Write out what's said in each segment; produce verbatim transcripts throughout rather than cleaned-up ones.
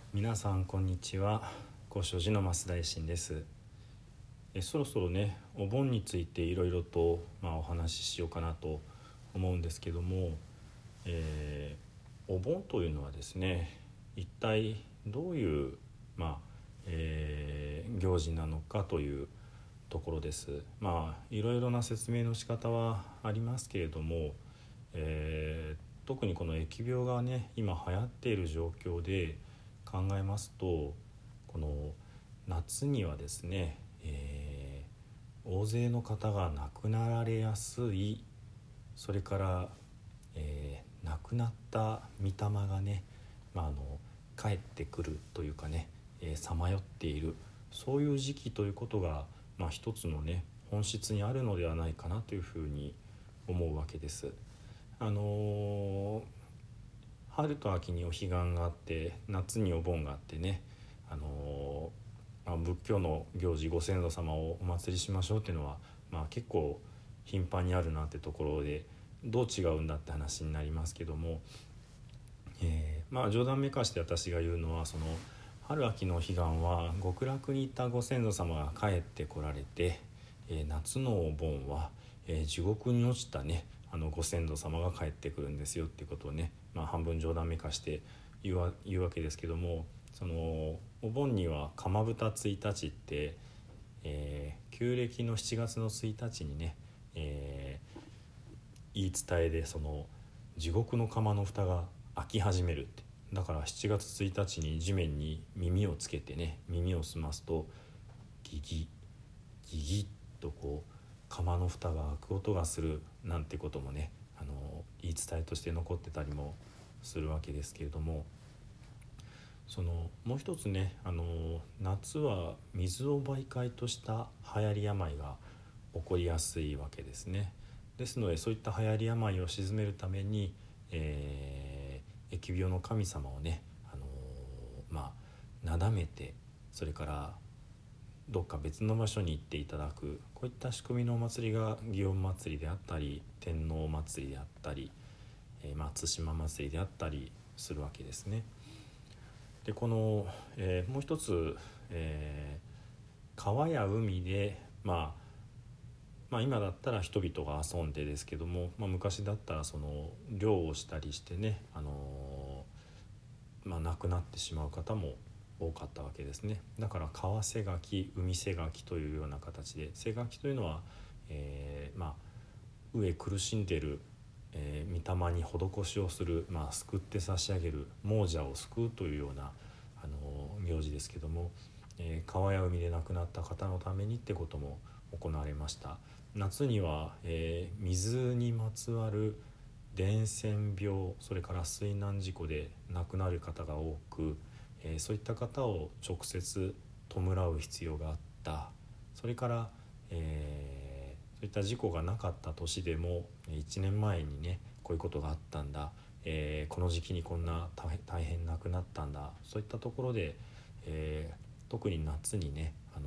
皆さんこんにちは。高所寺の増大臣です。えそろそろねお盆についていろいろと、まあ、お話ししようかなと思うんですけども、えーお盆というのはですね、一体どういう、まあえー行事なのかというところです。まあいろいろな説明の仕方はありますけれども、えー特にこの疫病がね今流行っている状況で考えますと、この夏にはですね、えー大勢の方が亡くなられやすい、それから、えー亡くなった御霊がね、まあ、あの帰ってくるというかねさまよっている、そういう時期ということが、まあ、一つのね本質にあるのではないかなというふうに思うわけです。あのー春と秋にお彼岸があって、夏にお盆があってね、あのーまあ、仏教の行事、ご先祖様をお祭りしましょうっていうのは、まあ、結構頻繁にあるなってところで、どう違うんだって話になりますけども、えーまあ冗談めかして私が言うのは、その春秋のお彼岸は極楽にいたご先祖様が帰ってこられて、えー夏のお盆は、えー地獄に落ちたねあのご先祖様が帰ってくるんですよっていうことをね、まあ、半分冗談めかして言うわ、言うわけですけども、そのお盆には釜蓋ついたちって、えー旧暦のしちがつのついたちにね、えー言い伝えで、その地獄の釜の蓋が開き始めるって、だからしちがつついたちに地面に耳をつけてね、耳を澄ますとギギギギッとこう釜の蓋が開く音がするなんてこともね、あの言い伝えとして残ってたりもするわけですけれども、そのもう一つね、あの夏は水を媒介とした流行り病が起こりやすいわけですね。ですのでそういった流行り病を鎮めるために、えー疫病の神様をね、あのまあなだめて、それからどっか別の場所に行っていただく、こういった仕組みのお祭りが祇園祭であったり、天皇祭であったり、えーまあ、対馬祭であったりするわけですね。でこの、えーもう一つ、えー川や海で、まあ、まあ今だったら人々が遊んでですけども、まあ、昔だったらその漁をしたりしてね、あのーまあ、亡くなってしまう方も多かったわけですね。だから川瀬垣、海瀬垣というような形で、瀬垣というのは、えーまあ飢え苦しんでいる、えー、御霊に施しをする、まあ、救って差し上げる、亡者を救うというような、あのー行事ですけども、えー川や海で亡くなった方のためにってことも行われました。夏には、えー水にまつわる伝染病、それから水難事故で亡くなる方が多く、えーそういった方を直接弔う必要があった。それから、えーそういった事故がなかった年でもいちねんまえにねこういうことがあったんだ、えーこの時期にこんな大大変亡くなったんだ、そういったところで、えー特に夏にね、あの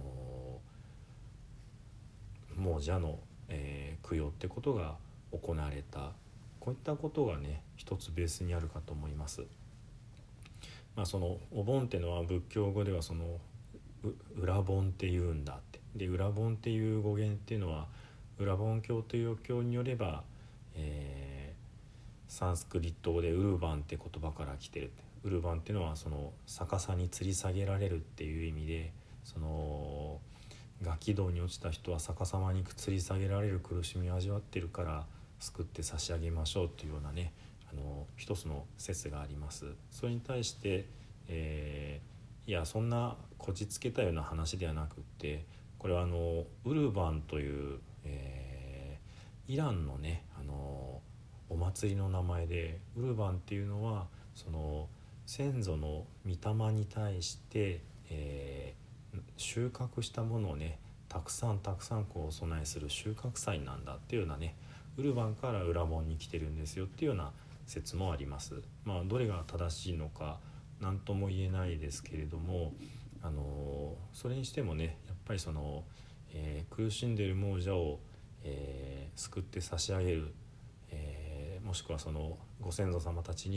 ー亡者の、えー供養ってことが行われた。こういったことがね一つベースにあるかと思います。まあ、そのお盆っていうのは仏教語ではその裏盆っていうんだって。で裏盆っていう語源っていうのは、裏盆教という教によれば、えーサンスクリット語でウルバンって言葉から来てるって。ウルバンっていうのはその逆さに吊り下げられるっていう意味で、そのガキ道に落ちた人は逆さまに吊り下げられる苦しみを味わってるから救って差し上げましょうっていうようなね、あの一つの説があります。それに対して、えーいやそんなこじつけたような話ではなくって、これはあのウルバンという、えーイランのね、あのお祭りの名前で、ウルバンっていうのはその先祖の御霊に対して、えー収穫したものをねたくさんたくさんこうお供えする収穫祭なんだっていうようなね、ウルバンから裏盆に来てるんですよっていうような説もあります。まあどれが正しいのか何とも言えないですけれども、あのそれにしてもね、やっぱりその、えー苦しんでいる亡者を、えー救って差し上げる、えーもしくはそのご先祖様たちに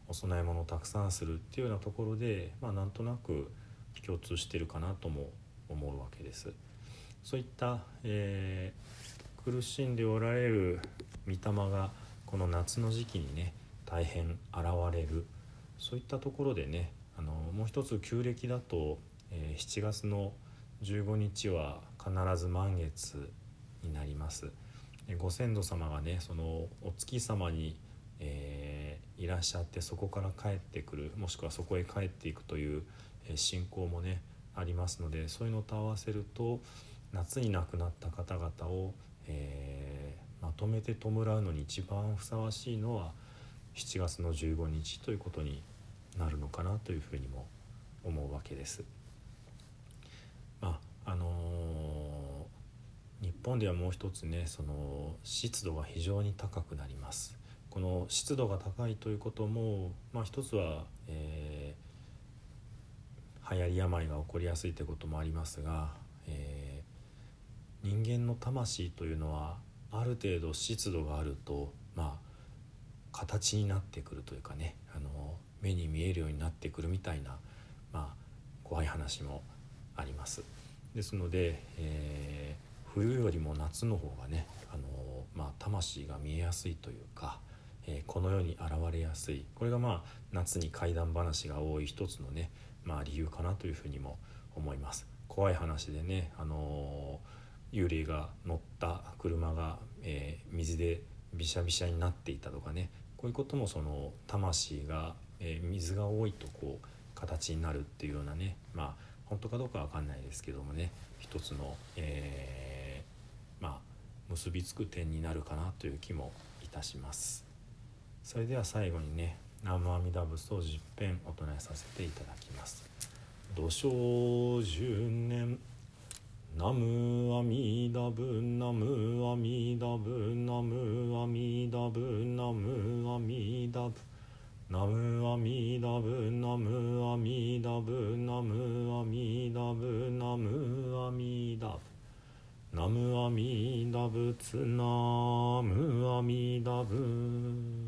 お供え物をたくさんするっていうようなところで、まあ、なんとなく共通してるかなとも思うわけです。そういった、えー、苦しんでおられる御霊がこの夏の時期にね大変現れる、そういったところでね、あのもう一つ旧暦だと、えー、しちがつのじゅうごにちは必ず満月になります。ご先祖様がねそのお月様に、えー、いらっしゃって、そこから帰ってくる、もしくはそこへ帰っていくという、えー、信仰もねありますので、そういうのと合わせると夏に亡くなった方々を、えー、まとめて弔うのに一番ふさわしいのはしちがつのじゅうごにちということになるのかなというふうにも思うわけです。まああのー、日本ではもう一つね、その湿度が非常に高くなります。この湿度が高いということも、まあ、一つは、えー、流行り病が起こりやすいということもありますが、えー、人間の魂というのはある程度湿度があると、まあ形になってくるというかね、あの目に見えるようになってくるみたいな、まあ、怖い話もあります。ですので、えー、冬よりも夏の方がね、あの、まあ、魂が見えやすいというか、えー、この世に現れやすい、これがまあ夏に怪談話が多い一つのね、まあ、理由かなというふうにも思います。怖い話でね、あの幽霊が乗った車が、えー、水でびしゃびしゃになっていたとかね、こういうこともその魂が、えー、水が多いとこう形になるっていうようなね、まあ本当かどうかわかんないですけどもね、一つの、えー、まあ結びつく点になるかなという気もいたします。それでは最後にね、南無阿弥陀仏を十遍お唱えさせていただきます。土生十年ナムアミダブナムアミダブナムアミダブナムアミダブナムアミダブナムアミダブナムアミダブナムアミダブナムアミダブツナムアミダブ。